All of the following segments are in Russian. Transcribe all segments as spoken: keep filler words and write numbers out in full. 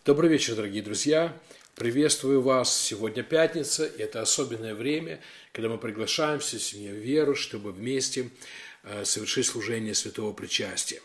Добрый вечер, дорогие друзья! Приветствую вас! Сегодня пятница, и это особенное время, когда мы приглашаем всю семью веры, чтобы вместе совершить служение святого причастия.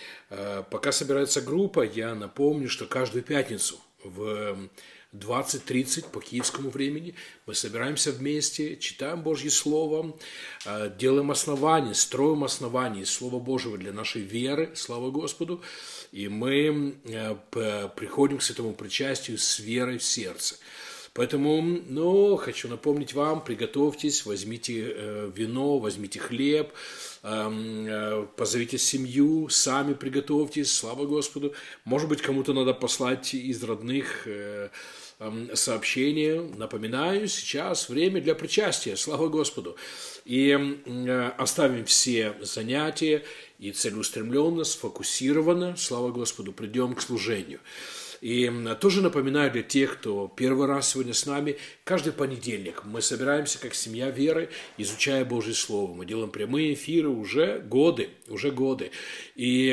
Пока собирается группа, я напомню, что каждую пятницу в двадцать тридцать по киевскому времени мы собираемся вместе, читаем Божье Слово, делаем основания, строим основания Слова Божьего для нашей веры, слава Господу, и мы приходим к святому причастию с верой в сердце. Поэтому, ну, хочу напомнить вам, приготовьтесь, возьмите э, вино, возьмите хлеб, э, э, позовите семью, сами приготовьтесь, слава Господу. Может быть, кому-то надо послать из родных э, э, сообщения. Напоминаю, сейчас время для причастия, слава Господу. И э, оставим все занятия и целеустремленно, сфокусированно, слава Господу, придем к служению. И тоже напоминаю для тех, кто первый раз сегодня с нами, каждый понедельник мы собираемся как семья веры, изучая Божье Слово. Мы делаем прямые эфиры уже годы, уже годы. И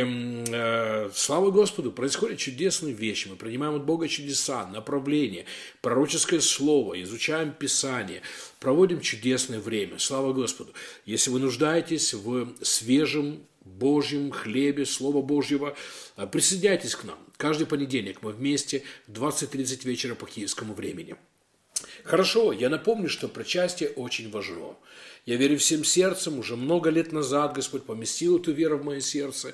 э, слава Господу, происходят чудесные вещи. Мы принимаем от Бога чудеса, направления, пророческое Слово, изучаем Писание, проводим чудесное время. Слава Господу. Если вы нуждаетесь в свежем Божьем хлебе, Слова Божьего, присоединяйтесь к нам. Каждый понедельник мы вместе в двадцать тридцать вечера по киевскому времени. Хорошо, я напомню, что причастие очень важно. Я верю всем сердцем, уже много лет назад Господь поместил эту веру в мое сердце,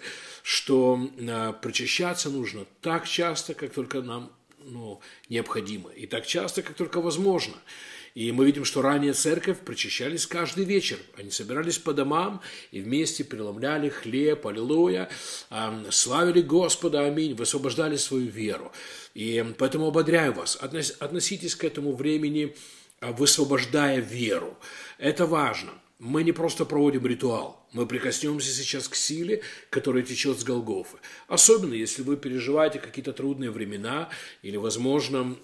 что причащаться нужно так часто, как только нам ну, необходимо, и так часто, как только возможно. И мы видим, что ранее церковь причащались каждый вечер. Они собирались по домам и вместе преломляли хлеб, аллилуйя, славили Господа, аминь, высвобождали свою веру. И поэтому ободряю вас, относитесь к этому времени, высвобождая веру. Это важно. Мы не просто проводим ритуал, мы прикоснемся сейчас к силе, которая течет с Голгофы. Особенно, если вы переживаете какие-то трудные времена, или, возможно,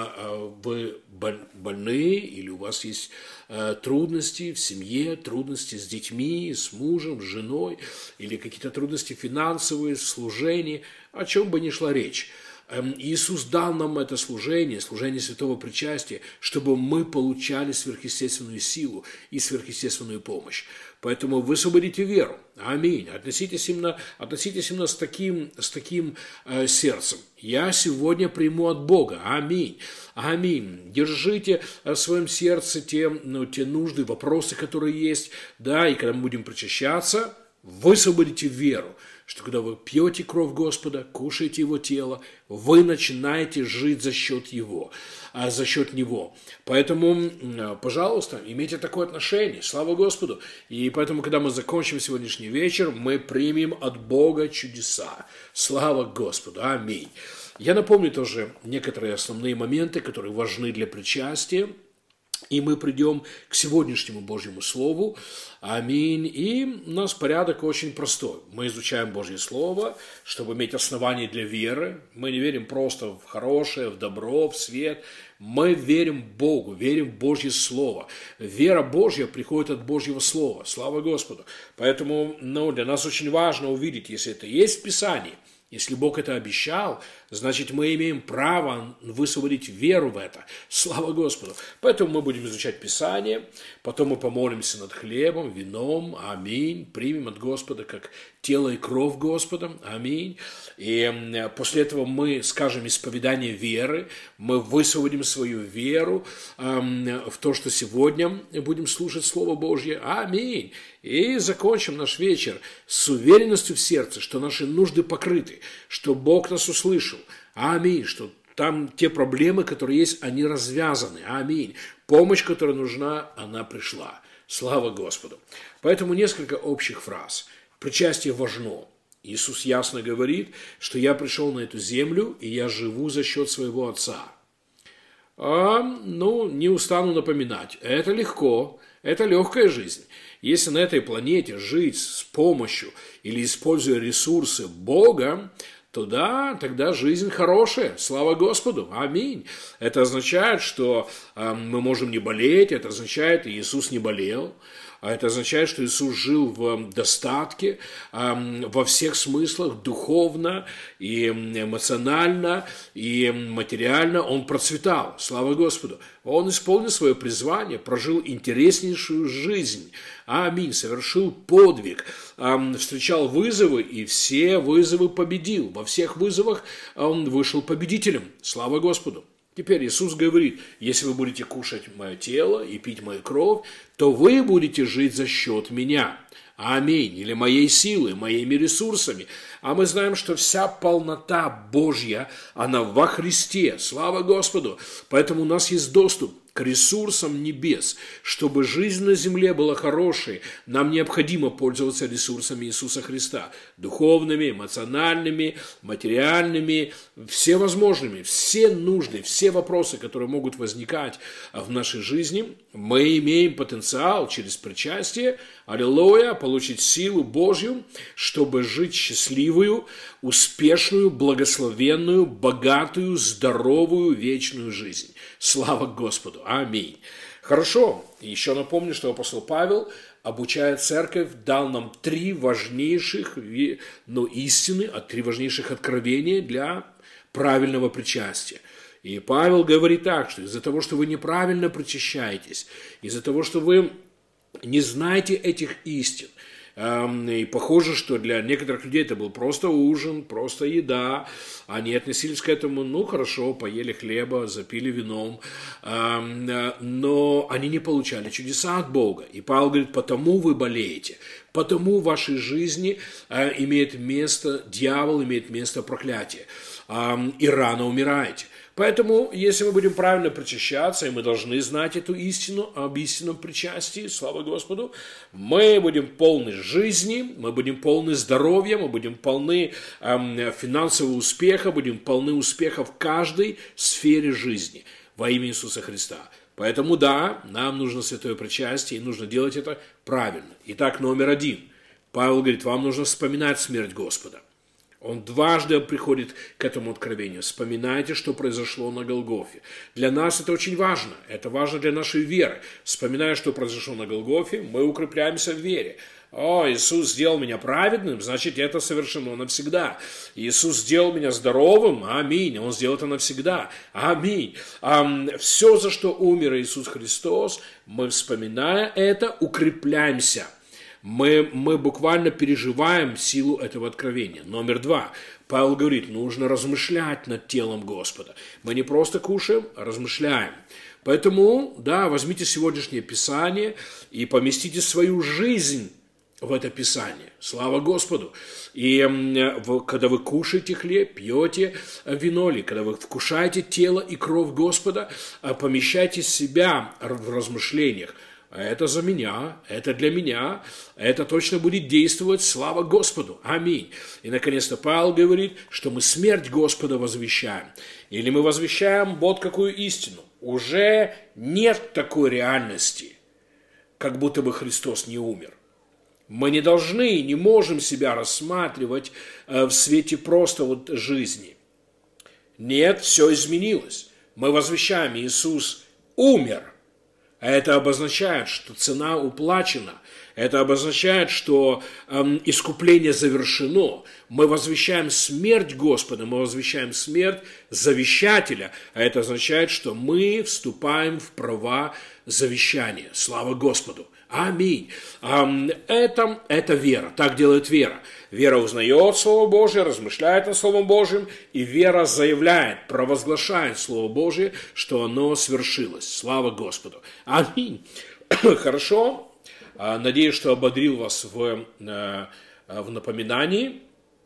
вы больны, или у вас есть трудности в семье, трудности с детьми, с мужем, с женой, или какие-то трудности финансовые, в служении, о чем бы ни шла речь. Иисус дал нам это служение, служение святого причастия, чтобы мы получали сверхъестественную силу и сверхъестественную помощь. Поэтому высвободите веру. Аминь. Относитесь именно, относитесь именно с таким, с таким э, сердцем. Я сегодня приму от Бога. Аминь. Аминь. Держите в своем сердце те, ну, те нужды, вопросы, которые есть. Да, и когда мы будем причащаться, высвободите веру, что когда вы пьете кровь Господа, кушаете Его тело, вы начинаете жить за счет Его, а за счет Него. Поэтому, пожалуйста, имейте такое отношение, слава Господу. И поэтому, когда мы закончим сегодняшний вечер, мы примем от Бога чудеса. Слава Господу. Аминь. Я напомню тоже некоторые основные моменты, которые важны для причастия. И мы придем к сегодняшнему Божьему Слову. Аминь. И у нас порядок очень простой. Мы изучаем Божье Слово, чтобы иметь основания для веры. Мы не верим просто в хорошее, в добро, в свет. Мы верим Богу, верим в Божье Слово. Вера Божья приходит от Божьего Слова. Слава Господу. Поэтому ну, для нас очень важно увидеть, если это есть в Писании, если Бог это обещал, значит, мы имеем право высвободить веру в это. Слава Господу. Поэтому мы будем изучать Писание, потом мы помолимся над хлебом, вином. Аминь. Примем от Господа как тело и кровь Господа. Аминь. И после этого мы скажем исповедание веры. Мы высвободим свою веру в то, что сегодня будем слушать Слово Божье. Аминь. И закончим наш вечер с уверенностью в сердце, что наши нужды покрыты, что Бог нас услышал. Аминь. Что там те проблемы, которые есть, они развязаны. Аминь. Помощь, которая нужна, она пришла. Слава Господу. Поэтому несколько общих фраз. Причастие важно. Иисус ясно говорит, что я пришел на эту землю, и я живу за счет своего Отца. А, ну, не устану напоминать. Это легко. Это легкая жизнь. Если на этой планете жить с помощью или используя ресурсы Бога, то да, тогда жизнь хорошая, слава Господу, аминь. Это означает, что э, мы можем не болеть, это означает, что Иисус не болел, А это означает, что Иисус жил в достатке во всех смыслах, духовно, и эмоционально, и материально. Он процветал, слава Господу. Он исполнил свое призвание, прожил интереснейшую жизнь. Аминь. Совершил подвиг, встречал вызовы, и все вызовы победил. Во всех вызовах он вышел победителем. Слава Господу. Теперь Иисус говорит: если вы будете кушать мое тело и пить мою кровь, то вы будете жить за счет меня. Аминь. Или моей силой, моими ресурсами. А мы знаем, что вся полнота Божья, она во Христе. Слава Господу. Поэтому у нас есть доступ к ресурсам небес. Чтобы жизнь на земле была хорошей, нам необходимо пользоваться ресурсами Иисуса Христа. Духовными, эмоциональными, материальными, всевозможными. Все нужды, все вопросы, которые могут возникать в нашей жизни, мы имеем потенциал через причастие, аллилуйя, получить силу Божью, чтобы жить счастливую, успешную, благословенную, богатую, здоровую, вечную жизнь. Слава Господу. Аминь. Хорошо. Еще напомню, что апостол Павел, обучая церковь, дал нам три важнейших ну, истины, три важнейших откровения для правильного причастия. И Павел говорит так, что из-за того, что вы неправильно причащаетесь, из-за того, что вы не знаете этих истин, и похоже, что для некоторых людей это был просто ужин, просто еда. Они относились к этому, ну хорошо, поели хлеба, запили вином, но они не получали чудеса от Бога. И Павел говорит: потому вы болеете, потому в вашей жизни имеет место дьявол, имеет место проклятие, и рано умираете. Поэтому, если мы будем правильно причащаться, и мы должны знать эту истину об истинном причастии, слава Господу, мы будем полны жизни, мы будем полны здоровья, мы будем полны э, финансового успеха, будем полны успеха в каждой сфере жизни во имя Иисуса Христа. Поэтому да, нам нужно святое причастие, и нужно делать это правильно. Итак, номер один. Павел говорит: вам нужно вспоминать смерть Господа. Он дважды приходит к этому откровению. Вспоминайте, что произошло на Голгофе. Для нас это очень важно. Это важно для нашей веры. Вспоминая, что произошло на Голгофе, мы укрепляемся в вере. О, Иисус сделал меня праведным, значит, это совершено навсегда. Иисус сделал меня здоровым, аминь, Он сделал это навсегда, аминь. Все, за что умер Иисус Христос, мы, вспоминая это, укрепляемся. Мы, мы буквально переживаем силу этого откровения. Номер два. Павел говорит: нужно размышлять над телом Господа. Мы не просто кушаем, а размышляем. Поэтому, да, возьмите сегодняшнее Писание и поместите свою жизнь в это Писание. Слава Господу. И когда вы кушаете хлеб, пьете вино, или когда вы вкушаете тело и кровь Господа, помещайте себя в размышлениях. Это за меня, это для меня, это точно будет действовать, слава Господу, аминь. И, наконец-то, Павел говорит, что мы смерть Господа возвещаем. Или мы возвещаем вот какую истину. Уже нет такой реальности, как будто бы Христос не умер. Мы не должны, не можем себя рассматривать в свете просто вот жизни. Нет, все изменилось. Мы возвещаем: Иисус умер. Это обозначает, что цена уплачена. Это обозначает, что э, искупление завершено. Мы возвещаем смерть Господа, мы возвещаем смерть завещателя. А это означает, что мы вступаем в права завещания. Слава Господу. Аминь. Это, это вера. Так делает вера. Вера узнает Слово Божие, размышляет над Словом Божьим, и вера заявляет, провозглашает Слово Божие, что оно свершилось. Слава Господу. Аминь. Хорошо. Надеюсь, что ободрил вас в, в напоминании.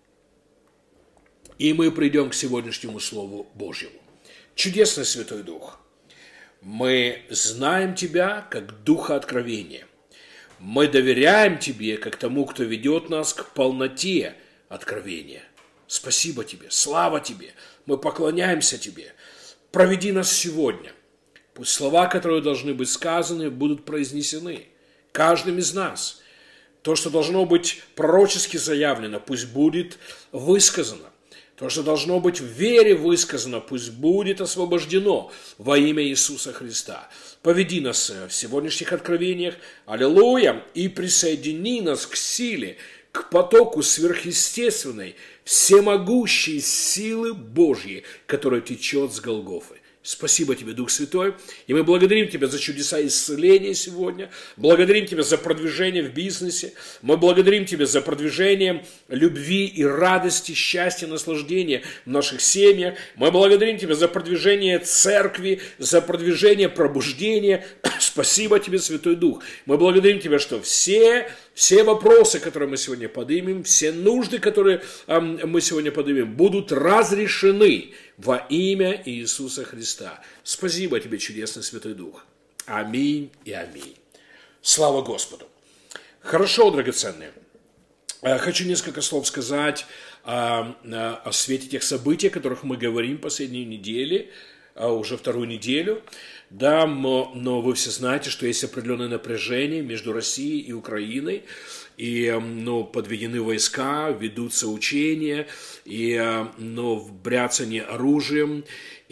И мы придем к сегодняшнему Слову Божьему. Чудесный Святой Дух. Мы знаем Тебя как Духа откровения. Мы доверяем Тебе, как тому, кто ведет нас к полноте откровения. Спасибо Тебе, слава Тебе, мы поклоняемся Тебе. Проведи нас сегодня. Пусть слова, которые должны быть сказаны, будут произнесены каждым из нас. То, что должно быть пророчески заявлено, пусть будет высказано. То, что должно быть в вере высказано, пусть будет освобождено во имя Иисуса Христа. Поведи нас в сегодняшних откровениях, аллилуйя, и присоедини нас к силе, к потоку сверхъестественной, всемогущей силы Божьей, которая течет с Голгофы. Спасибо тебе, Дух Святой, и мы благодарим тебя за чудеса исцеления сегодня, благодарим тебя за продвижение в бизнесе, мы благодарим тебя за продвижение любви и радости, счастья, наслаждения в наших семьях, мы благодарим тебя за продвижение церкви, за продвижение пробуждения. Спасибо тебе, Святой Дух, мы благодарим тебя, что все... Все вопросы, которые мы сегодня поднимем, все нужды, которые э, мы сегодня поднимем, будут разрешены во имя Иисуса Христа. Спасибо тебе, чудесный Святой Дух. Аминь и аминь. Слава Господу. Хорошо, драгоценные. Хочу несколько слов сказать о, о свете тех событий, о которых мы говорим последние недели, уже вторую неделю. Да, но, но вы все знаете, что есть определенное напряжение между Россией и Украиной, и ну, подведены войска, ведутся учения, и ну, бряцание оружием,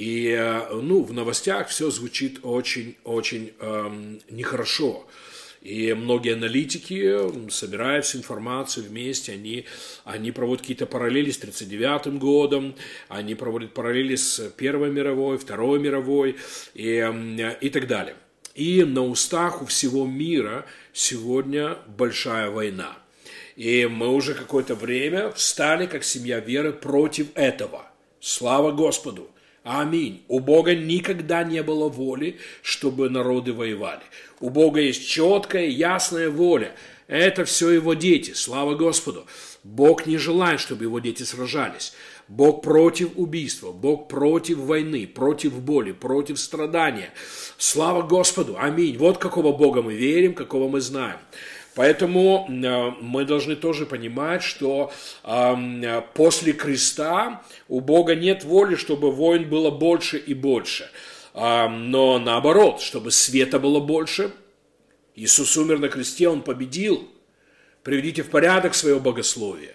и ну, в новостях все звучит очень-очень эм, нехорошо. И многие аналитики, собирая всю информацию вместе, они, они проводят какие-то параллели с тридцать девятым годом, они проводят параллели с Первой мировой, Второй мировой и, и так далее. И на устах у всего мира сегодня большая война. И мы уже какое-то время встали, как семья веры, против этого. Слава Господу! Аминь. У Бога никогда не было воли, чтобы народы воевали. У Бога есть четкая, ясная воля. Это все Его дети. Слава Господу. Бог не желает, чтобы Его дети сражались. Бог против убийства. Бог против войны, против боли, против страдания. Слава Господу. Аминь. Вот какого Бога мы верим, какого мы знаем. Поэтому э, мы должны тоже понимать, что э, после креста у Бога нет воли, чтобы войн было больше и больше. Э, но наоборот, чтобы света было больше. Иисус умер на кресте, Он победил. Приведите в порядок свое богословие.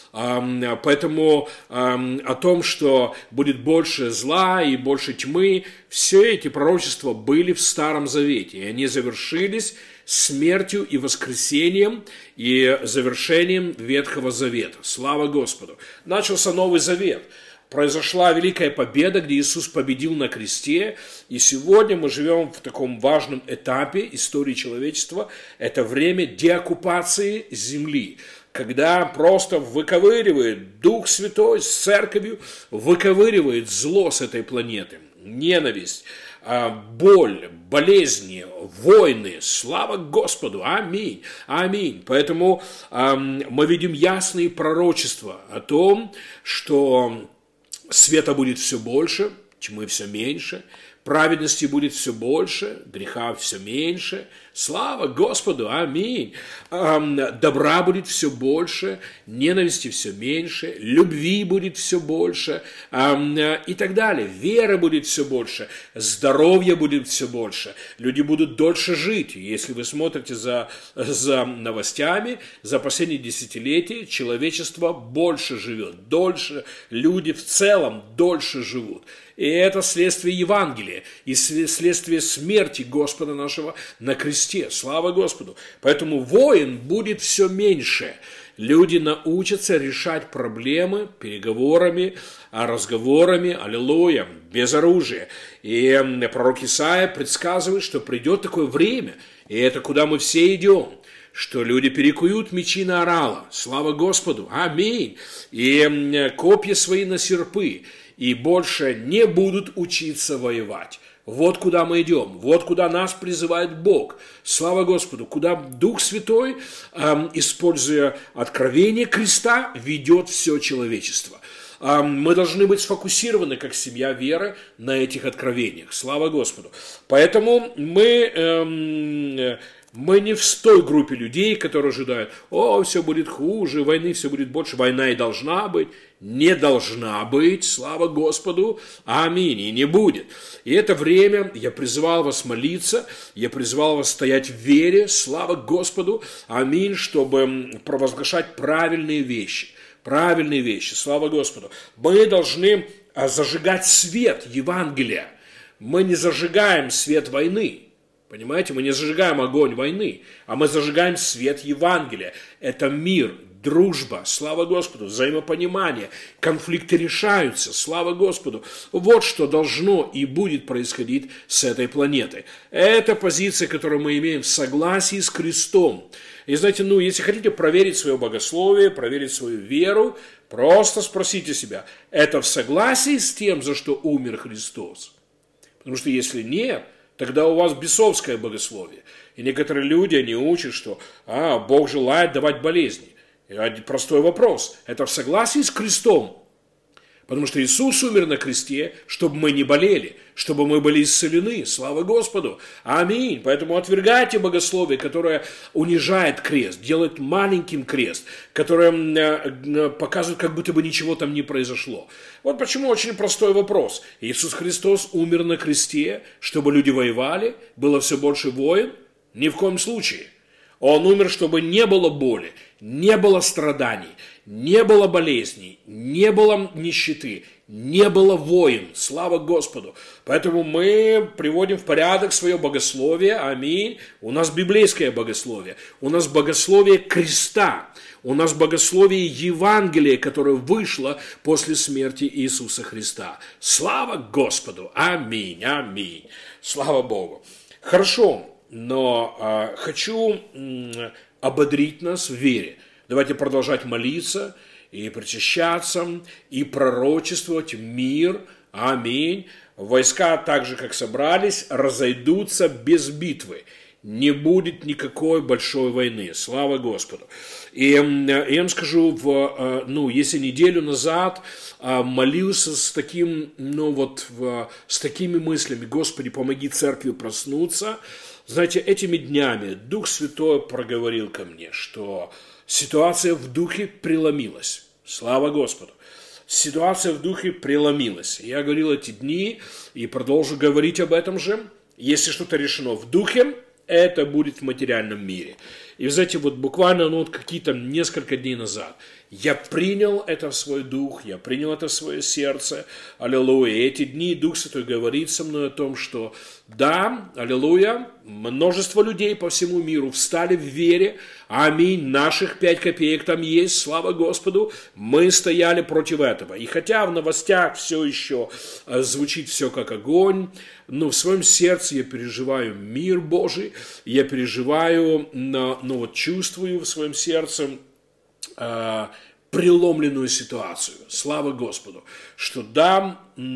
Э, поэтому э, о том, что будет больше зла и больше тьмы, все эти пророчества были в Старом Завете. И они завершились смертью и воскресением и завершением Ветхого Завета. Слава Господу! Начался Новый Завет. Произошла великая победа, где Иисус победил на кресте. И сегодня мы живем в таком важном этапе истории человечества. Это время деоккупации земли, когда просто выковыривает Дух Святой с церковью, выковыривает зло с этой планеты, ненависть, боль, болезни, войны. Слава Господу! Аминь! Аминь! Поэтому эм, мы видим ясные пророчества о том, что света будет все больше, тьмы все меньше, праведности будет все больше, греха все меньше. Слава Господу! Аминь! Эм, добра будет все больше, ненависти все меньше, любви будет все больше эм, и так далее. Веры будет все больше, здоровья будет все больше, люди будут дольше жить. Если вы смотрите за, за новостями, за последние десятилетия человечество больше живет, дольше, люди в целом дольше живут. И это следствие Евангелия и следствие смерти Господа нашего на кресте. Слава Господу! Поэтому войн будет все меньше. Люди научатся решать проблемы переговорами, разговорами, аллилуйя, без оружия. И пророк Исаия предсказывает, что придет такое время, и это куда мы все идем, что люди перекуют мечи на орала. Слава Господу! Аминь! И копья свои на серпы. И больше не будут учиться воевать. Вот куда мы идем, вот куда нас призывает Бог. Слава Господу, куда Дух Святой, э, используя откровение креста, ведет все человечество. Э, мы должны быть сфокусированы, как семья веры, на этих откровениях. Слава Господу. Поэтому мы... Э, Мы не в той группе людей, которые ожидают, о, все будет хуже, войны все будет больше. Война и должна быть, не должна быть, слава Господу, аминь, и не будет. И это время я призывал вас молиться, я призывал вас стоять в вере, слава Господу, аминь, чтобы провозглашать правильные вещи. правильные вещи, слава Господу. Мы должны зажигать свет Евангелия. Мы не зажигаем свет войны. Понимаете, мы не зажигаем огонь войны, а мы зажигаем свет Евангелия. Это мир, дружба, слава Господу, взаимопонимание, конфликты решаются, слава Господу. Вот что должно и будет происходить с этой планетой. Это позиция, которую мы имеем в согласии с Христом. И знаете, ну, если хотите проверить свое богословие, проверить свою веру, просто спросите себя, это в согласии с тем, за что умер Христос? Потому что если нет, тогда у вас бесовское богословие. И некоторые люди, они учат, что а, Бог желает давать болезни. И простой вопрос. Это в согласии с Христом? Потому что Иисус умер на кресте, чтобы мы не болели, чтобы мы были исцелены. Слава Господу. Аминь. Поэтому отвергайте богословие, которое унижает крест, делает маленьким крест, которое показывает, как будто бы ничего там не произошло. Вот почему очень простой вопрос. Иисус Христос умер на кресте, чтобы люди воевали, было все больше войн? Ни в коем случае. Он умер, чтобы не было боли, не было страданий, не было болезней, не было нищеты, не было войн. Слава Господу. Поэтому мы приводим в порядок свое богословие. Аминь. У нас библейское богословие. У нас богословие креста. У нас богословие Евангелия, которое вышло после смерти Иисуса Христа. Слава Господу. Аминь. Аминь. Слава Богу. Хорошо. Но э, хочу э, ободрить нас в вере. Давайте продолжать молиться и причащаться, и пророчествовать мир. Аминь. Войска, так же, как собрались, разойдутся без битвы. Не будет никакой большой войны. Слава Господу. И э, я вам скажу, в, э, ну, если неделю назад э, молился с таким, ну, вот, в, с такими мыслями: Господи, помоги церкви проснуться. Знаете, этими днями Дух Святой проговорил ко мне, что ситуация в духе преломилась. Слава Господу. Ситуация в духе преломилась. Я говорил эти дни и продолжу говорить об этом же. Если что-то решено в духе, это будет в материальном мире. И, знаете, вот буквально ну, вот какие-то несколько дней назад я принял это в свой дух, я принял это в свое сердце. Аллилуйя. И эти дни Дух Святой говорит со мной о том, что да, аллилуйя, множество людей по всему миру встали в вере. Аминь. Наших пять копеек там есть, слава Господу. Мы стояли против этого. И хотя в новостях все еще звучит все как огонь, но в своем сердце я переживаю мир Божий, я переживаю, ну вот чувствую в своем сердце э, преломленную ситуацию. Слава Господу, что да,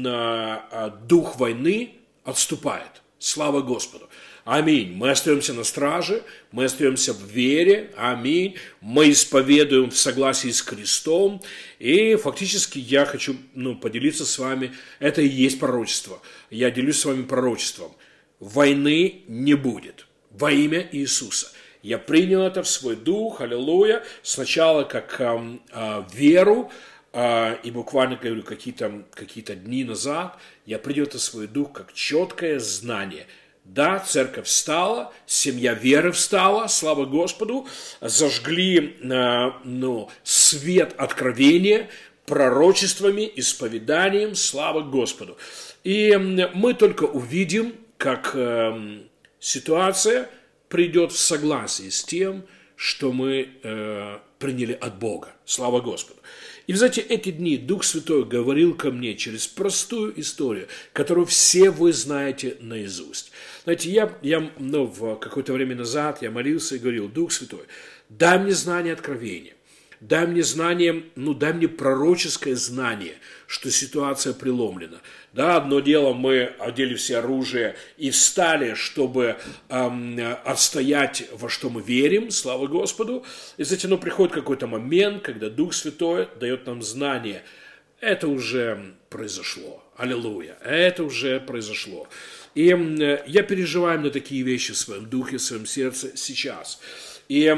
э, дух войны отступает. Слава Господу. Аминь. Мы остаемся на страже, мы остаемся в вере. Аминь. Мы исповедуем в согласии с Христом. И фактически я хочу ну, поделиться с вами. Это и есть пророчество. Я делюсь с вами пророчеством. Войны не будет. Во имя Иисуса. Я принял это в свой дух. Аллилуйя. Сначала как э, э, веру. Э, и буквально, говорю, какие-то, какие-то дни назад я принял это в свой дух как четкое знание. Да, церковь встала, семья веры встала, слава Господу, зажгли э, ну, свет откровения пророчествами, исповеданием, слава Господу. И э, мы только увидим, как э, ситуация придет в согласии с тем, что мы э, приняли от Бога. Слава Господу. И, знаете, эти дни Дух Святой говорил ко мне через простую историю, которую все вы знаете наизусть. Знаете, я, я ну, в какое-то время назад я молился и говорил: Дух Святой, дай мне знание откровения, дай мне знание, ну, дай мне пророческое знание, что ситуация преломлена. Да, одно дело, мы одели все оружие и встали, чтобы эм, отстоять, во что мы верим, слава Господу. И, знаете, ну, приходит какой-то момент, когда Дух Святой дает нам знание. Это уже произошло. Аллилуйя. Это уже произошло. И э, я переживаю на такие вещи в своем духе, в своем сердце сейчас. И э,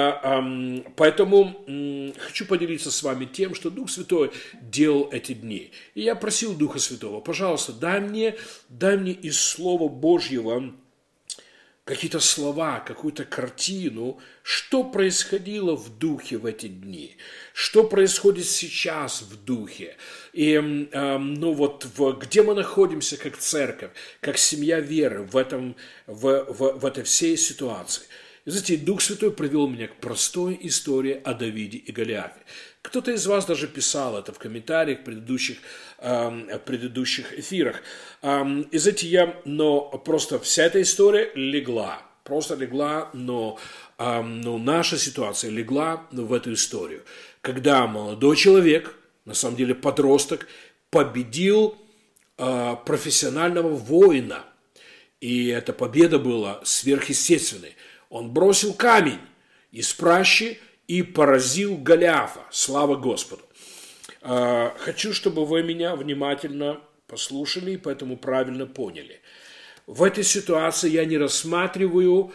э, поэтому э, хочу поделиться с вами тем, что Дух Святой делал эти дни. И я просил Духа Святого: пожалуйста, дай мне, дай мне из Слова Божьего какие-то слова, какую-то картину, что происходило в духе в эти дни, что происходит сейчас в духе, и э, ну вот в, где мы находимся как церковь, как семья веры в, этом, в, в, в этой всей ситуации. И, знаете, Дух Святой привел меня к простой истории о Давиде и Голиафе. Кто-то из вас даже писал это в комментариях в предыдущих, э, предыдущих эфирах. Э, и знаете, я, но просто вся эта история легла, просто легла, но, э, но наша ситуация легла в эту историю. Когда молодой человек, на самом деле подросток, победил э, профессионального воина. И эта победа была сверхъестественной. Он бросил камень из пращи и поразил Голиафа. Слава Господу! Хочу, чтобы вы меня внимательно послушали и поэтому правильно поняли. В этой ситуации я не рассматриваю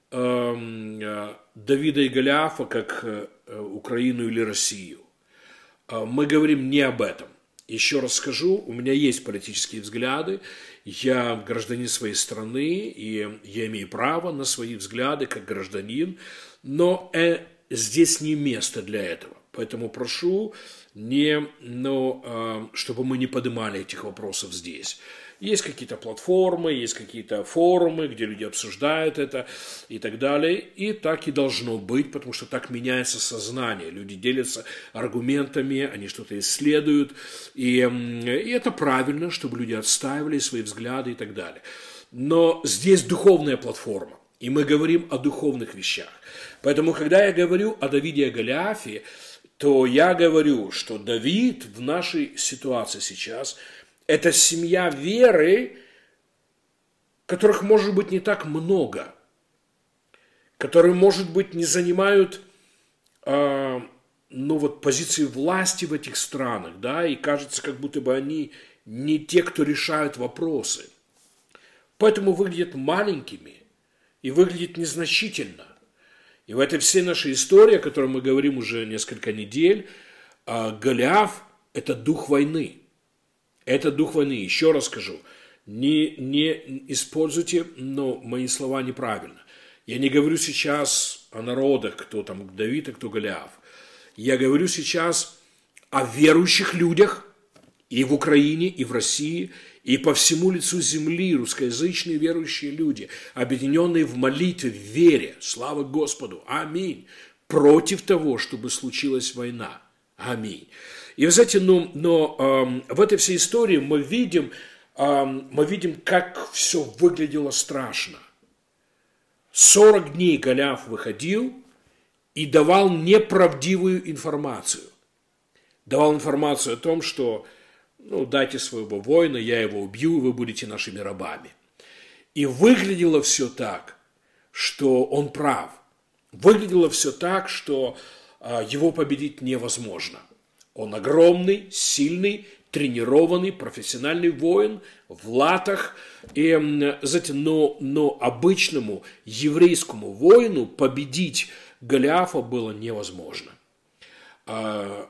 э, Давида и Голиафа как э, Украину или Россию. Мы говорим не об этом. Еще раз скажу, у меня есть политические взгляды, я гражданин своей страны, и я имею право на свои взгляды как гражданин, но э, здесь не место для этого. Поэтому прошу, не, но, э, чтобы мы не поднимали этих вопросов здесь. Есть какие-то платформы, есть какие-то форумы, где люди обсуждают это и так далее. И так и должно быть, потому что так меняется сознание. Люди делятся аргументами, они что-то исследуют. И, и это правильно, чтобы люди отстаивали свои взгляды и так далее. Но здесь духовная платформа. И мы говорим о духовных вещах. Поэтому, когда я говорю о Давиде и о Голиафе, то я говорю, что Давид в нашей ситуации сейчас – это семья веры, которых может быть не так много, которые, может быть, не занимают э, ну вот, позиции власти в этих странах, да, и кажется, как будто бы они не те, кто решают вопросы. Поэтому выглядят маленькими и выглядят незначительно. И в этой всей нашей истории, о которой мы говорим уже несколько недель, э, Голиаф – это дух войны. Это дух войны. Еще раз скажу, не, не используйте но мои слова неправильно. Я не говорю сейчас о народах, кто там Давид, а кто Голиаф. Я говорю сейчас о верующих людях и в Украине, и в России, и по всему лицу земли русскоязычные верующие люди, объединенные в молитве, в вере, слава Господу, аминь, против того, чтобы случилась война. Аминь. И вы знаете, но, но э, в этой всей истории мы видим, э, мы видим, как все выглядело страшно. сорок дней Голиаф выходил и давал неправдивую информацию. Давал информацию о том, что ну, дайте своего воина, я его убью, и вы будете нашими рабами. И выглядело все так, что он прав. Выглядело все так, что э, его победить невозможно. Он огромный, сильный, тренированный, профессиональный воин в латах. И, знаете, но, но обычному еврейскому воину победить Голиафа было невозможно. А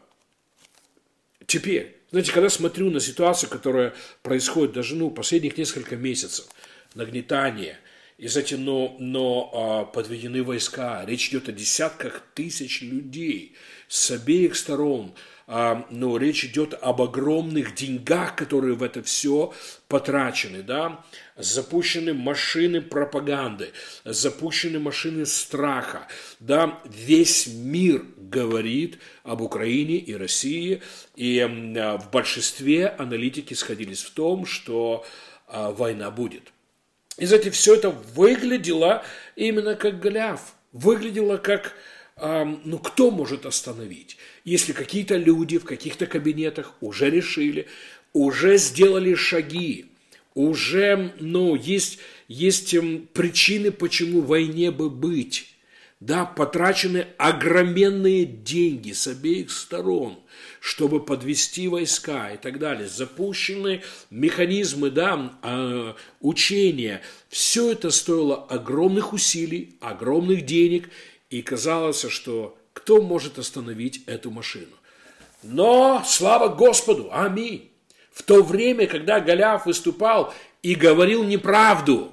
теперь, знаете, когда смотрю на ситуацию, которая происходит даже ну, последних несколько месяцев, нагнетание, и, знаете, но, но а, подведены войска, речь идет о десятках тысяч людей с обеих сторон. Но речь идет об огромных деньгах, которые в это все потрачены, да, запущены машины пропаганды, запущены машины страха, да, весь мир говорит об Украине и России, и в большинстве аналитики сходились в том, что война будет. И, знаете, все это выглядело именно как Голиаф, выглядело как... Ну, кто может остановить? Если какие-то люди в каких-то кабинетах уже решили, уже сделали шаги, уже, ну, есть, есть причины, почему войне бы быть. Да, потрачены огроменные деньги с обеих сторон, чтобы подвести войска и так далее. Запущены механизмы, да, учения. Все это стоило огромных усилий, огромных денег. И казалось, что кто может остановить эту машину? Но, слава Господу, аминь. В то время, когда Голиаф выступал и говорил неправду,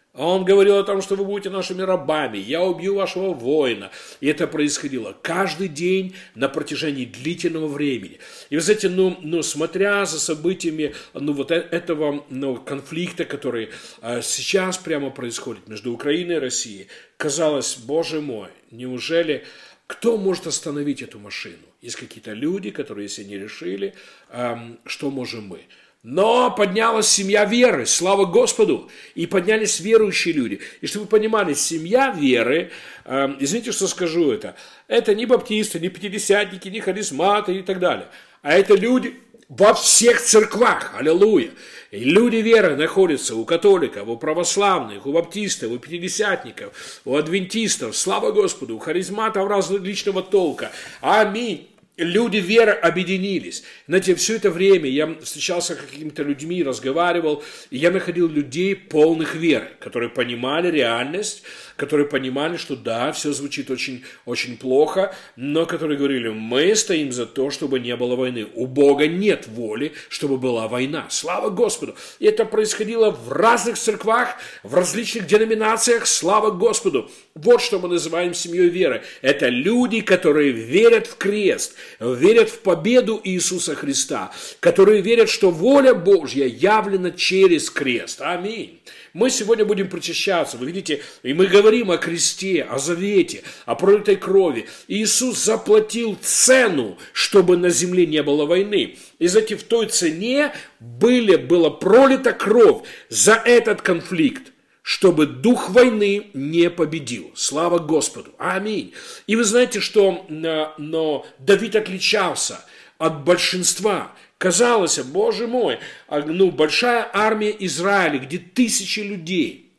Он говорил о том, что вы будете нашими рабами, я убью вашего воина. И это происходило каждый день на протяжении длительного времени. И вы знаете, ну, ну смотря за событиями ну, вот этого ну, конфликта, который а, сейчас прямо происходит между Украиной и Россией, казалось, боже мой, неужели кто может остановить эту машину? Есть какие-то люди, которые, если не решили, а, что можем мы? Но поднялась семья веры, слава Господу, и поднялись верующие люди. И чтобы вы понимали, семья веры, э, извините, что скажу это, это не баптисты, не пятидесятники, не харизматы и так далее, а это люди во всех церквах, аллилуйя. И люди веры находятся у католиков, у православных, у баптистов, у пятидесятников, у адвентистов, слава Господу, у харизматов различного толка. Аминь. Люди веры объединились. Знаете, все это время я встречался с какими-то людьми, разговаривал, и я находил людей полных веры, которые понимали реальность, которые понимали, что да, все звучит очень, очень плохо, но которые говорили, мы стоим за то, чтобы не было войны. У Бога нет воли, чтобы была война. Слава Господу! И это происходило в разных церквах, в различных деноминациях. Слава Господу! Вот что мы называем семьей веры. Это люди, которые верят в крест, верят в победу Иисуса Христа, которые верят, что воля Божья явлена через крест. Аминь. Мы сегодня будем причащаться, вы видите, и мы говорим о кресте, о завете, о пролитой крови. Иисус заплатил цену, чтобы на земле не было войны. И знаете, в той цене были, была пролита кровь за этот конфликт, чтобы дух войны не победил. Слава Господу. Аминь. И вы знаете, что но Давид отличался от большинства. Казалось, боже мой, ну, большая армия Израиля, где тысячи людей,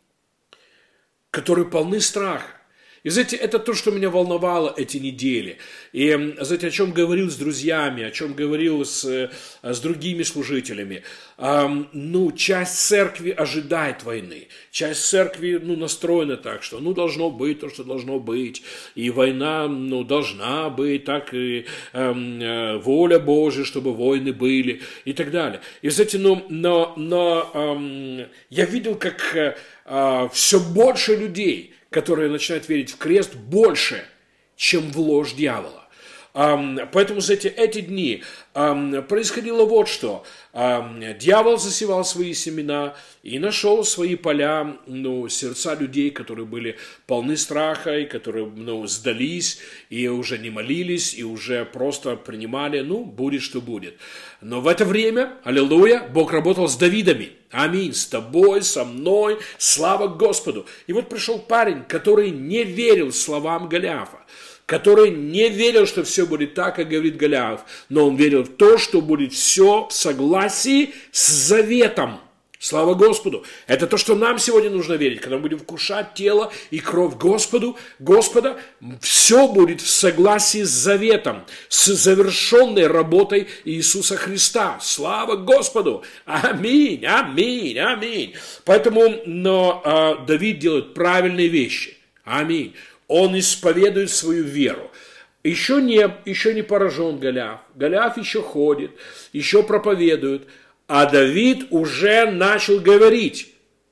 которые полны страха. И, знаете, это то, что меня волновало эти недели. И, знаете, о чем говорил с друзьями, о чем говорил с, с другими служителями. Эм, ну, часть церкви ожидает войны. Часть церкви, ну, настроена так, что, ну, должно быть то, что должно быть. И война, ну, должна быть, так и эм, э, воля Божия, чтобы войны были и так далее. И, знаете, ну, но, но эм, я видел, как э, э, все больше людей, которые начинают верить в крест больше, чем в ложь дьявола. Поэтому, знаете, эти дни происходило вот что. Дьявол засевал свои семена и нашел свои поля, ну, сердца людей, которые были полны страха, и которые, ну, сдались, и уже не молились, и уже просто принимали, ну, будет, что будет. Но в это время, аллилуйя, Бог работал с Давидами. Аминь, с тобой, со мной, слава Господу. И вот пришел парень, который не верил словам Голиафа, который не верил, что все будет так, как говорит Голиаф, но он верил в то, что будет все в согласии с заветом. Слава Господу! Это то, что нам сегодня нужно верить. Когда мы будем вкушать тело и кровь Господу, Господа, все будет в согласии с заветом, с завершенной работой Иисуса Христа. Слава Господу! Аминь, аминь, аминь. Поэтому но, а, Давид делает правильные вещи. Аминь. Он исповедует свою веру. Еще не, еще не поражен Голиаф. Голиаф еще ходит, еще проповедует. А Давид уже начал говорить.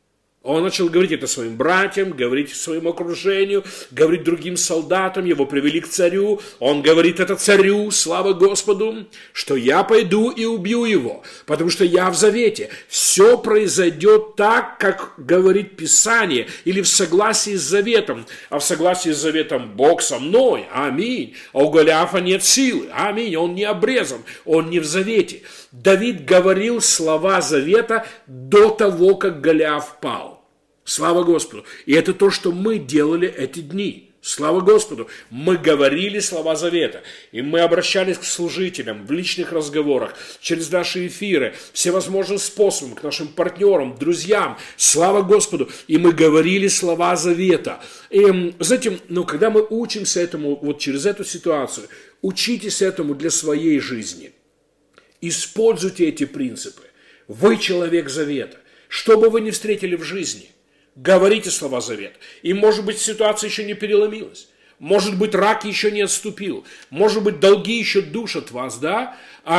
Он начал говорить это своим братьям, говорить своему окружению, говорить другим солдатам. Его привели к царю. Он говорит это царю, слава Господу, что я пойду и убью его, потому что я в завете. Все произойдет так, как говорит Писание, или в согласии с заветом. А в согласии с заветом Бог со мной, аминь. А у Голиафа нет силы, аминь. Он не обрезан, он не в завете. Давид говорил слова завета до того, как Голиаф пал. Слава Господу. И это то, что мы делали эти дни. Слава Господу. Мы говорили слова завета. И мы обращались к служителям в личных разговорах, через наши эфиры, всевозможным способом, к нашим партнерам, друзьям. Слава Господу. И мы говорили слова завета. И, знаете, ну, когда мы учимся этому, вот через эту ситуацию, учитесь этому для своей жизни. Используйте эти принципы. Вы человек завета. Что бы вы ни встретили в жизни, говорите слова завета. И, может быть, ситуация еще не переломилась. Может быть, рак еще не отступил. Может быть, долги еще душат вас, да?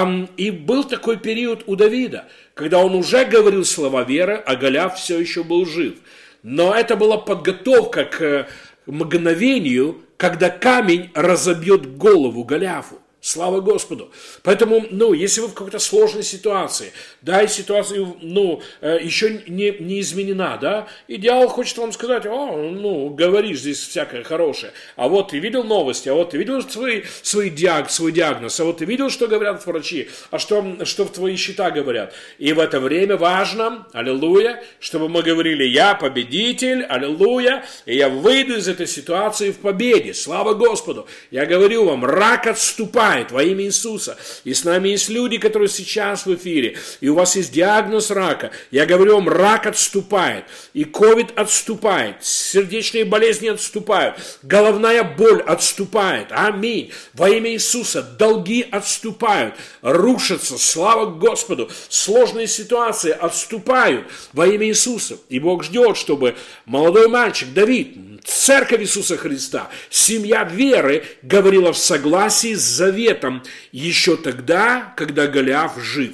И был такой период у Давида, когда он уже говорил слова веры, а Голиаф все еще был жив. Но это была подготовка к мгновению, когда камень разобьет голову Голиафу. Слава Господу. Поэтому, ну, если вы в какой-то сложной ситуации, да, и ситуация, ну, еще не, не изменена, да, и дьявол хочет вам сказать: о, ну, говоришь здесь всякое хорошее, а вот ты видел новости, а вот ты видел свои, свои диаг, свой диагноз, а вот ты видел, что говорят врачи, а что, что в твои счета говорят. И в это время важно, аллилуйя, чтобы мы говорили: я победитель, аллилуйя, и я выйду из этой ситуации в победе. Слава Господу. Я говорю вам, рак отступает во имя Иисуса. И с нами есть люди, которые сейчас в эфире, и у вас есть диагноз рака. Я говорю вам, рак отступает, и ковид отступает, сердечные болезни отступают, головная боль отступает. Аминь. Во имя Иисуса долги отступают, рушатся. Слава Господу. Сложные ситуации отступают во имя Иисуса. И Бог ждет, чтобы молодой мальчик Давид, церковь Иисуса Христа, семья веры говорила в согласии с заветом еще тогда, когда Голиаф жив.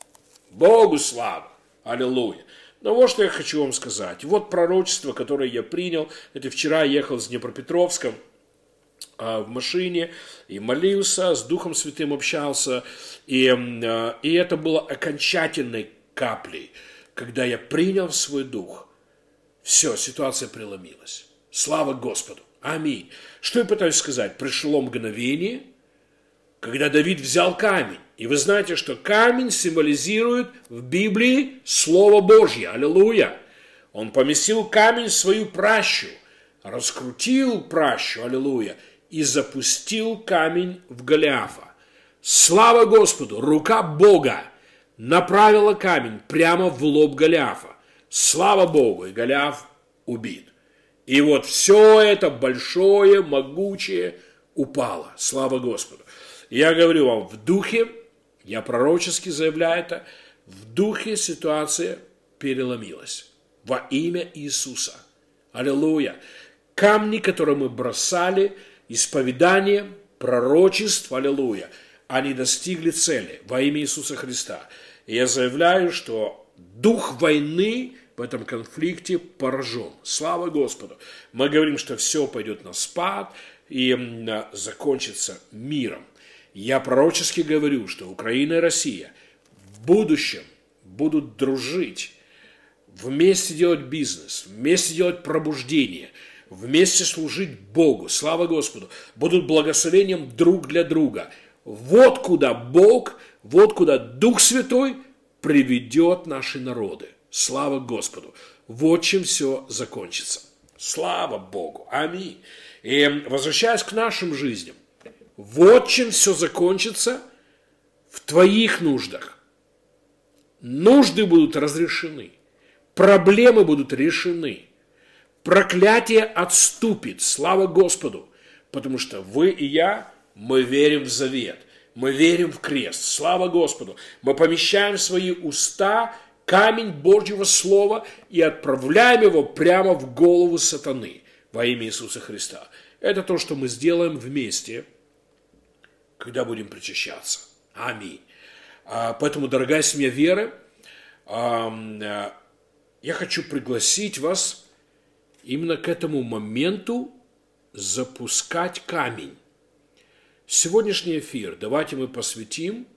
Богу слава! Аллилуйя! Но вот что я хочу вам сказать. Вот пророчество, которое я принял. Это вчера я ехал с Днепропетровска в машине и молился, с Духом Святым общался. И, и это было окончательной каплей, когда я принял в свой дух. Все, ситуация преломилась. Слава Господу. Аминь. Что я пытаюсь сказать? Пришло мгновение, когда Давид взял камень. И вы знаете, что камень символизирует в Библии Слово Божье. Аллилуйя. Он поместил камень в свою пращу, раскрутил пращу, аллилуйя, и запустил камень в Голиафа. Слава Господу. Рука Бога направила камень прямо в лоб Голиафа. Слава Богу. И Голиаф убит. И вот все это большое, могучее упало. Слава Господу. Я говорю вам, в духе, я пророчески заявляю это, в духе ситуация переломилась. Во имя Иисуса. Аллилуйя. Камни, которые мы бросали, исповедание, пророчеств, аллилуйя, они достигли цели во имя Иисуса Христа. И я заявляю, что дух войны в этом конфликте поражен. Слава Господу. Мы говорим, что все пойдет на спад и закончится миром. Я пророчески говорю, что Украина и Россия в будущем будут дружить, вместе делать бизнес, вместе делать пробуждение, вместе служить Богу. Слава Господу. Будут благословением друг для друга. Вот куда Бог, вот куда Дух Святой приведет наши народы. Слава Господу. Вот чем все закончится. Слава Богу. Аминь. И возвращаясь к нашим жизням. Вот чем все закончится в твоих нуждах. Нужды будут разрешены. Проблемы будут решены. Проклятие отступит. Слава Господу. Потому что вы и я, мы верим в завет. Мы верим в крест. Слава Господу. Мы помещаем в свои уста камень Божьего Слова и отправляем его прямо в голову сатаны во имя Иисуса Христа. Это то, что мы сделаем вместе, когда будем причащаться. Аминь. Поэтому, дорогая семья веры, я хочу пригласить вас именно к этому моменту запускать камень. Сегодняшний эфир давайте мы посвятим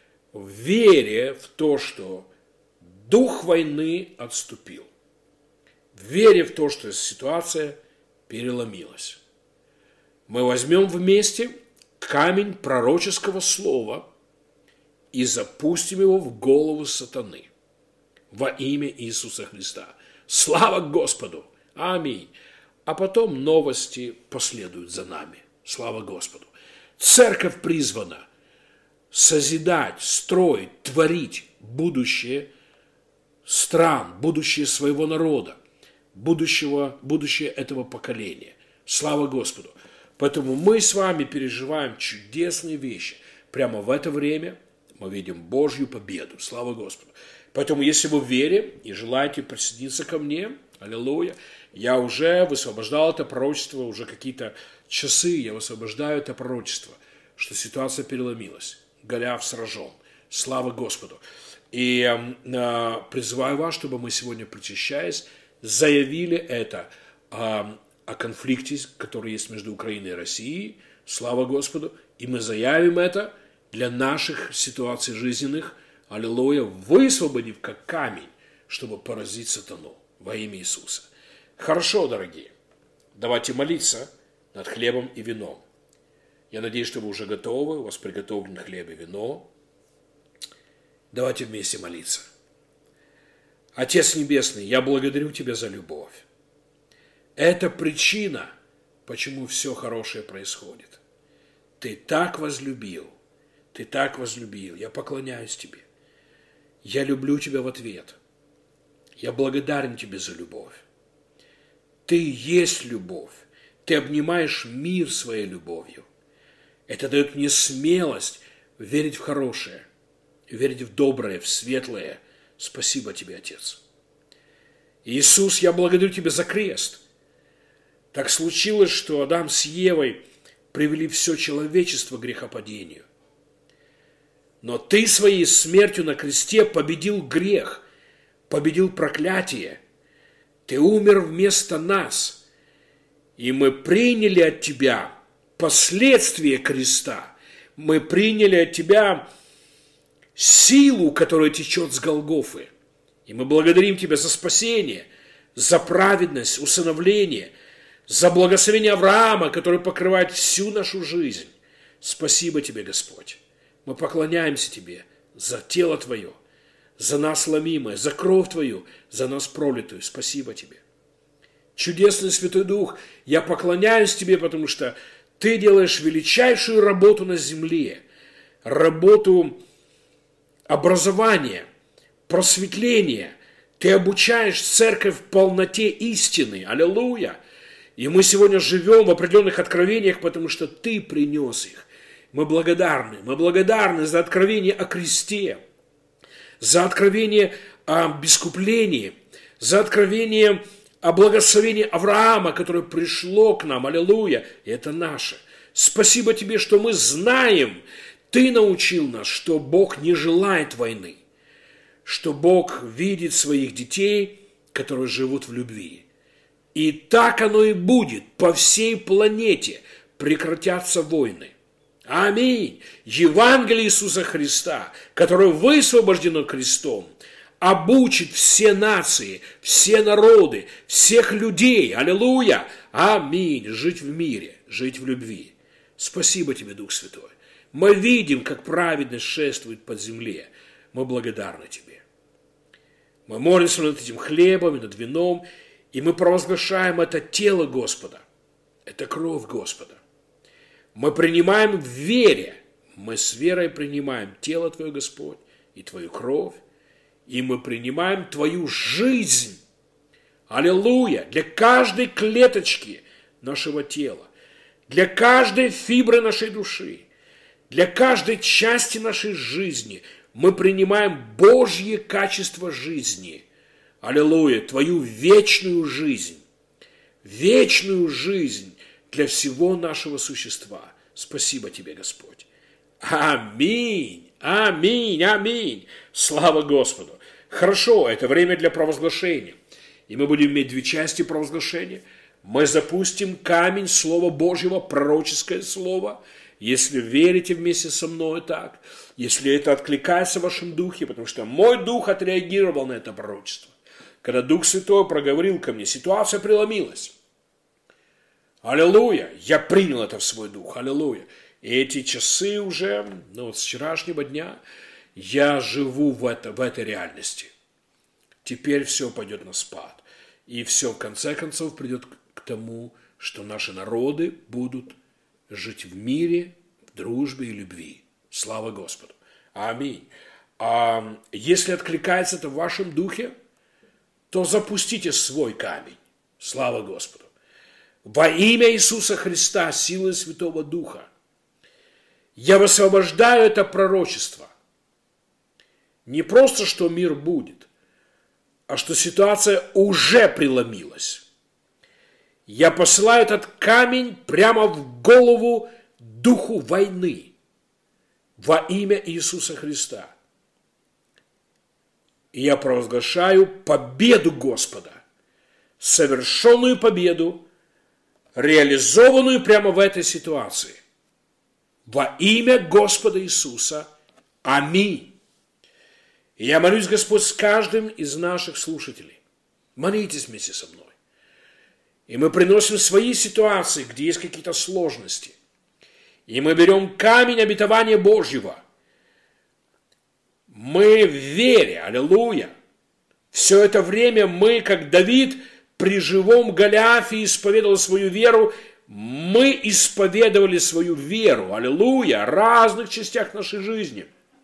вере в то, что дух войны отступил. Вере в то, что ситуация переломилась. Мы возьмем вместе камень пророческого слова и запустим его в голову сатаны во имя Иисуса Христа. Слава Господу! Аминь! А потом новости последуют за нами. Слава Господу! Церковь призвана созидать, строить, творить будущее стран, будущее своего народа, будущего, будущее этого поколения. Слава Господу! Поэтому мы с вами переживаем чудесные вещи. Прямо в это время мы видим Божью победу. Слава Господу! Поэтому, если вы в вере и желаете присоединиться ко мне, аллилуйя, я уже высвобождал это пророчество, уже какие-то часы я высвобождаю это пророчество, что ситуация переломилась. Голиаф сражен. Слава Господу! И э, призываю вас, чтобы мы сегодня, причащаясь, заявили это о, о конфликте, который есть между Украиной и Россией. Слава Господу. И мы заявим это для наших ситуаций жизненных. Аллилуйя. Высвободив как камень, чтобы поразить сатану во имя Иисуса. Хорошо, дорогие. Давайте молиться над хлебом и вином. Я надеюсь, что вы уже готовы. У вас приготовлен хлеб и вино. Давайте вместе молиться. Отец Небесный, я благодарю Тебя за любовь. Это причина, почему все хорошее происходит. Ты так возлюбил. Ты так возлюбил. Я поклоняюсь Тебе. Я люблю Тебя в ответ. Я благодарен Тебе за любовь. Ты есть любовь. Ты обнимаешь мир своей любовью. Это дает мне смелость верить в хорошее, верить в доброе, в светлое. Спасибо Тебе, Отец. Иисус, я благодарю Тебя за крест. Так случилось, что Адам с Евой привели все человечество к грехопадению. Но Ты своей смертью на кресте победил грех, победил проклятие. Ты умер вместо нас, и мы приняли от Тебя последствия креста. Мы приняли от Тебя силу, которая течет с Голгофы. И мы благодарим Тебя за спасение, за праведность, усыновление, за благословение Авраама, который покрывает всю нашу жизнь. Спасибо Тебе, Господь. Мы поклоняемся Тебе за тело Твое, за нас ломимое, за кровь Твою, за нас пролитую. Спасибо Тебе. Чудесный Святой Дух, я поклоняюсь Тебе, потому что Ты делаешь величайшую работу на земле, работу образования, просветления. Ты обучаешь церковь в полноте истины. Аллилуйя. И мы сегодня живем в определенных откровениях, потому что Ты принес их. Мы благодарны. Мы благодарны за откровение о кресте, за откровение о бескуплении, за откровение о благословении Авраама, которое пришло к нам. Аллилуйя. И это наше. Спасибо Тебе, что мы знаем, Ты научил нас, что Бог не желает войны, что Бог видит своих детей, которые живут в любви. И так оно и будет. По всей планете прекратятся войны. Аминь. Евангелие Иисуса Христа, которое высвобождено крестом, обучит все нации, все народы, всех людей. Аллилуйя. Аминь. Жить в мире, жить в любви. Спасибо Тебе, Дух Святой. Мы видим, как праведность шествует по земле. Мы благодарны Тебе. Мы молимся над этим хлебом и над вином, и мы провозглашаем это тело Господа. Это кровь Господа. Мы принимаем в вере. Мы с верой принимаем тело Твое, Господь, и Твою кровь. И мы принимаем Твою жизнь. Аллилуйя. Для каждой клеточки нашего тела. Для каждой фибры нашей души. Для каждой части нашей жизни мы принимаем Божье качество жизни. Аллилуйя. Твою вечную жизнь. Вечную жизнь для всего нашего существа. Спасибо Тебе, Господь. Аминь. Аминь. Аминь. Слава Господу. Хорошо, это время для провозглашения. И мы будем иметь две части провозглашения. Мы запустим камень Слова Божьего, пророческое слово. Если верите вместе со мной так, если это откликается в вашем духе, потому что мой дух отреагировал на это пророчество. Когда Дух Святой проговорил ко мне, ситуация преломилась. Аллилуйя! Я принял это в свой дух. Аллилуйя! И эти часы уже, ну вот с вчерашнего дня, я живу в, это, в этой реальности. Теперь все пойдет на спад. И все в конце концов придет к тому, что наши народы будут жить в мире, в дружбе и любви. Слава Господу. Аминь. А если откликается это в вашем духе, то запустите свой камень. Слава Господу. Во имя Иисуса Христа, силой Святого Духа, я высвобождаю это пророчество. Не просто, что мир будет, а что ситуация уже преломилась. Я посылаю этот камень прямо в голову духу войны во имя Иисуса Христа. И я провозглашаю победу Господа совершенную победу, реализованную прямо в этой ситуации. Во имя Господа Иисуса. Аминь. И я молюсь, Господь, с каждым из наших слушателей. Молитесь вместе со мной. И мы приносим свои ситуации, где есть какие-то сложности. И мы берем камень обетования Божьего. Мы в вере, аллилуйя. Все это время мы, как Давид, при живом Голиафе исповедовал свою веру. Мы исповедовали свою веру, аллилуйя, в разных частях нашей жизни.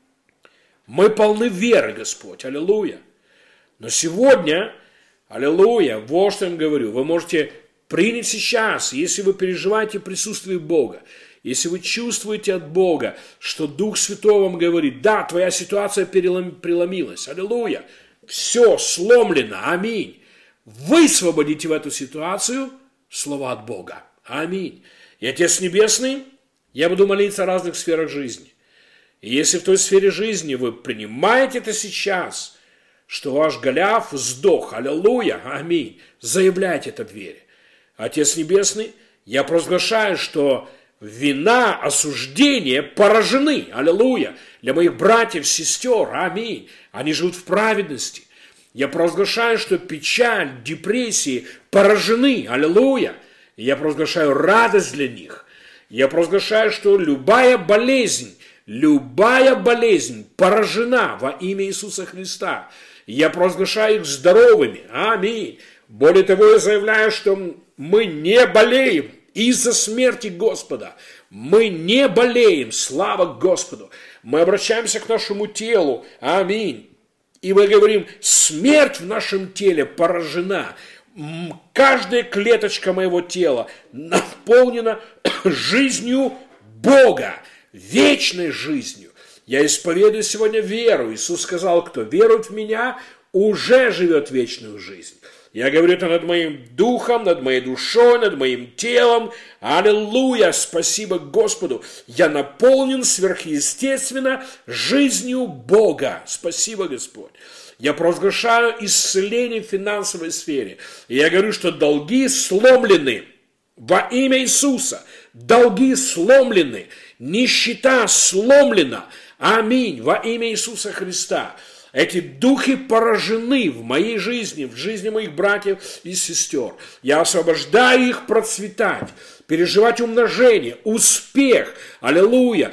Мы полны веры, Господь, аллилуйя. Но сегодня, аллилуйя, вот что я вам говорю, вы можете принять сейчас, если вы переживаете присутствие Бога, если вы чувствуете от Бога, что Дух Святой вам говорит, да, твоя ситуация преломилась, аллилуйя, все сломлено, аминь. Высвободите в эту ситуацию слова от Бога, аминь. И Отец Небесный, я буду молиться о разных сферах жизни. И если в той сфере жизни вы принимаете это сейчас, что ваш Голиаф сдох, аллилуйя, аминь, заявляйте это в вере. Отец Небесный, я провозглашаю, что вина, осуждение поражены, аллилуйя, для моих братьев, сестер, аминь, они живут в праведности. Я провозглашаю, что печаль, депрессии поражены, аллилуйя, и я провозглашаю радость для них. Я провозглашаю, что любая болезнь, Любая болезнь поражена во имя Иисуса Христа. Я провозглашаю их здоровыми. Аминь. Более того, я заявляю, что мы не болеем из-за смерти Господа. Мы не болеем. Слава Господу. Мы обращаемся к нашему телу. Аминь. И мы говорим, смерть в нашем теле поражена. Каждая клеточка моего тела наполнена жизнью Бога. Вечной жизнью. Я исповедую сегодня веру. Иисус сказал, кто верует в Меня, уже живет вечную жизнь. Я говорю это над моим духом, над моей душой, над моим телом. Аллилуйя! Спасибо Господу. Я наполнен сверхъестественно жизнью Бога. Спасибо, Господь. Я провозглашаю исцеление в финансовой сфере. И я говорю, что долги сломлены во имя Иисуса. Долги сломлены. Нищета сломлена. Аминь. Во имя Иисуса Христа. Эти духи поражены в моей жизни, в жизни моих братьев и сестер. Я освобождаю их процветать, переживать умножение, успех. Аллилуйя.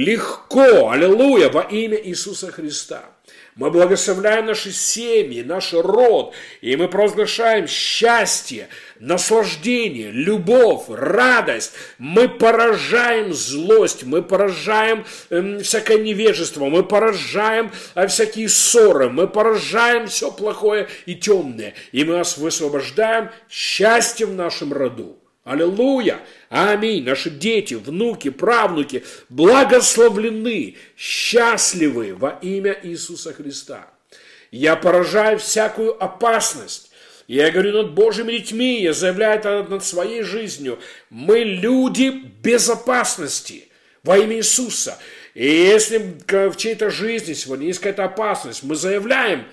Легко. Аллилуйя. Во имя Иисуса Христа. Мы благословляем наши семьи, наш род, и мы провозглашаем счастье, наслаждение, любовь, радость. Мы поражаем злость, мы поражаем э, всякое невежество, мы поражаем э, всякие ссоры, мы поражаем все плохое и темное, и мы вас высвобождаем счастье в нашем роду. Аллилуйя! Аминь! Наши дети, внуки, правнуки благословлены, счастливы во имя Иисуса Христа. Я поражаю всякую опасность. Я говорю над Божьими детьми, я заявляю это над своей жизнью. Мы люди безопасности во имя Иисуса. И если в чьей-то жизни сегодня есть какая-то опасность, мы заявляем,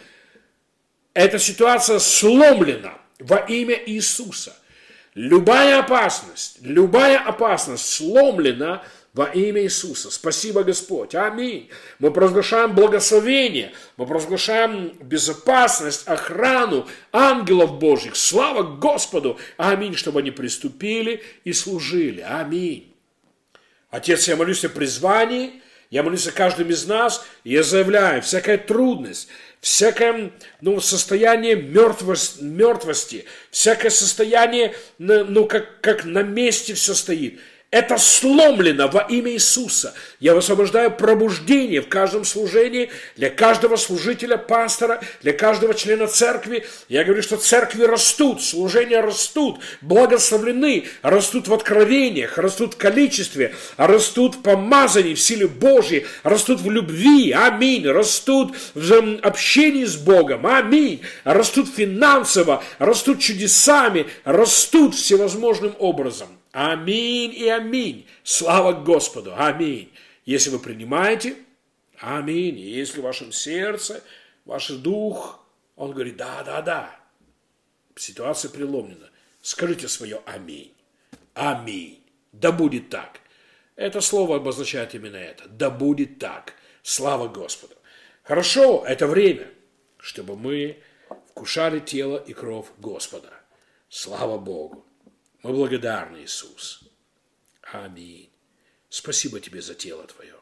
эта ситуация сломлена во имя Иисуса. Любая опасность, любая опасность сломлена во имя Иисуса. Спасибо, Господь. Аминь. Мы провозглашаем благословение, мы провозглашаем безопасность, охрану ангелов Божьих. Слава Господу. Аминь, чтобы они приступили и служили. Аминь. Отец, я молюсь о призвании, я молюсь о каждом из нас, и я заявляю, всякая трудность, всякое ну, состояние мертвости, мертвости, всякое состояние, ну, как, как на месте все стоит, это сломлено во имя Иисуса. Я высвобождаю пробуждение в каждом служении, для каждого служителя, пастора, для каждого члена церкви. Я говорю, что церкви растут, служения растут, благословлены, растут в откровениях, растут в количестве, растут в помазании, в силе Божьей, растут в любви, аминь, растут в общении с Богом, аминь, растут финансово, растут чудесами, растут всевозможным образом. Аминь и аминь. Слава Господу. Аминь. Если вы принимаете, аминь. И если в вашем сердце, ваш дух, он говорит, да, да, да. ситуация преломлена, скажите свое «Аминь». Аминь. Да будет так. Это слово обозначает именно это. Да будет так. Слава Господу. Хорошо, это время, чтобы мы вкушали тело и кровь Господа. Слава Богу. Мы благодарны, Иисус. Аминь. Спасибо тебе за тело твое.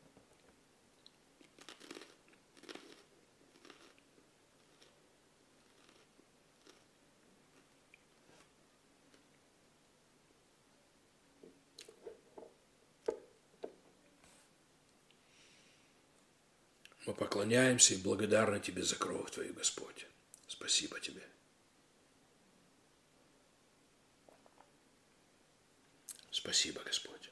Мы поклоняемся и благодарны тебе за кровь твою, Господь. Спасибо тебе. Спасибо, Господь.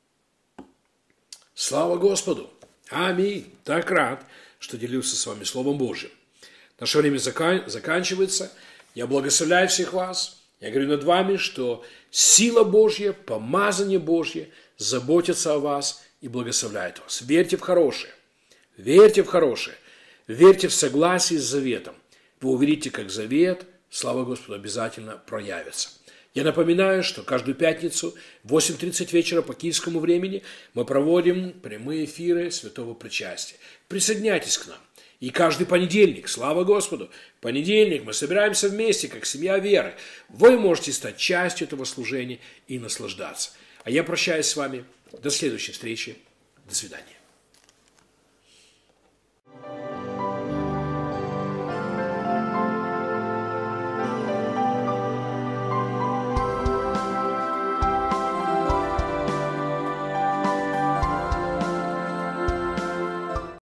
Слава Господу! Аминь! Так рад, что делился с вами Словом Божьим. Наше время закан... заканчивается. Я благословляю всех вас. Я говорю над вами, что сила Божья, помазание Божье заботится о вас и благословляет вас. Верьте в хорошее. Верьте в хорошее. Верьте в согласие с заветом. Вы увидите, как завет, слава Господу, обязательно проявится. Я напоминаю, что каждую пятницу в восемь тридцать вечера по киевскому времени мы проводим прямые эфиры Святого Причастия. Присоединяйтесь к нам. И каждый понедельник, слава Господу, в понедельник мы собираемся вместе, как семья веры. Вы можете стать частью этого служения и наслаждаться. А я прощаюсь с вами. До следующей встречи. До свидания.